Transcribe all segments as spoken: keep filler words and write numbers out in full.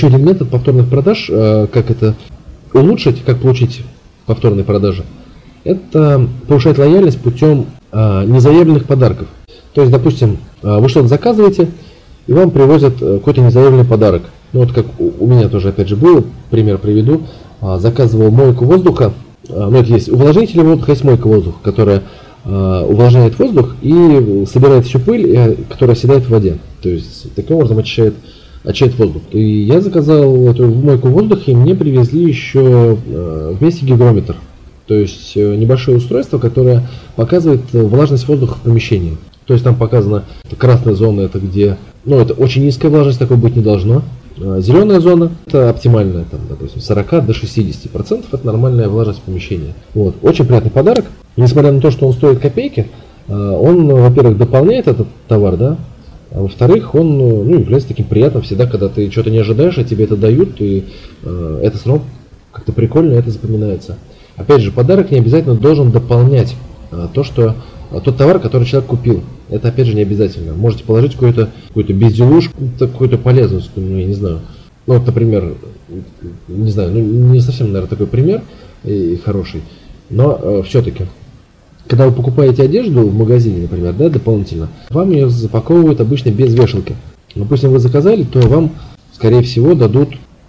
еще один метод повторных продаж, как это улучшить, как получить повторные продажи, это повышать лояльность путем незаявленных подарков. То есть, допустим, вы что-то заказываете, и вам привозят какой-то незаявленный подарок. Ну вот как у меня тоже, опять же, было, пример приведу. Заказывал мойку воздуха. Ну, это есть увлажнитель воздуха, есть мойка воздуха, которая увлажняет воздух и собирает всю пыль, которая оседает в воде. То есть, таким образом очищает, очищает воздух. И я заказал эту мойку воздуха, и мне привезли еще вместе гигрометр. То есть, небольшое устройство, которое показывает влажность воздуха в помещении. То есть, там показана красная зона, это где, ну, это очень низкая влажность, такой быть не должно. Зеленая зона — это оптимальная, там, допустим, сорок до шестидесяти процентов, это нормальная влажность помещения. Вот. Очень приятный подарок. Несмотря на то, что он стоит копейки, он, во-первых, дополняет этот товар, да, а во-вторых, он, ну, является таким приятным всегда, когда ты что-то не ожидаешь, а тебе это дают, и э, это все равно как-то прикольно, это запоминается. Опять же, подарок не обязательно должен дополнять э, то, что э, тот товар, который человек купил. Это, опять же, не обязательно. Можете положить какую-то какую-то безделушку, какую-то полезность, ну, я не знаю. Ну, вот, например, не знаю, ну, не совсем, наверное, такой пример и хороший, но э, все-таки, когда вы покупаете одежду в магазине, например, да, дополнительно, вам ее запаковывают обычно без вешалки. Допустим, вы заказали, то вам, скорее всего, дадут,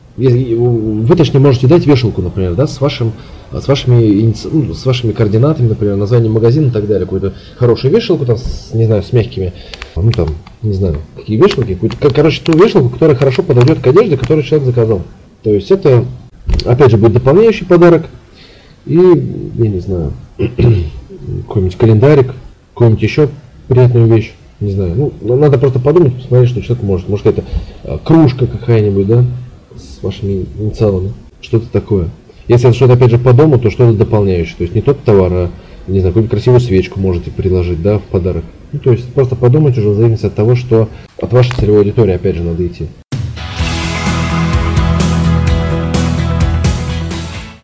вы точнее можете дать вешалку, например, да, с, вашим, с, вашими, ну, с вашими координатами, например, названием магазина и так далее, какую-то хорошую вешалку, там, с, не знаю, с мягкими, ну там, не знаю, какие вешалки, короче, ту вешалку, которая хорошо подойдет к одежде, которую человек заказал. То есть это, опять же, будет дополняющий подарок и, я не знаю, какой-нибудь календарик, какую-нибудь еще приятную вещь, не знаю. Ну, надо просто подумать, посмотреть, что человек может. Может, это кружка какая-нибудь, да, с вашими инициалами, что-то такое. Если это что-то, опять же, по дому, то что-то дополняющее. То есть не тот товар, а, не знаю, какую-нибудь красивую свечку можете предложить, да, в подарок. Ну, то есть просто подумать уже в зависимости от того, что от вашей целевой аудитории, опять же, надо идти.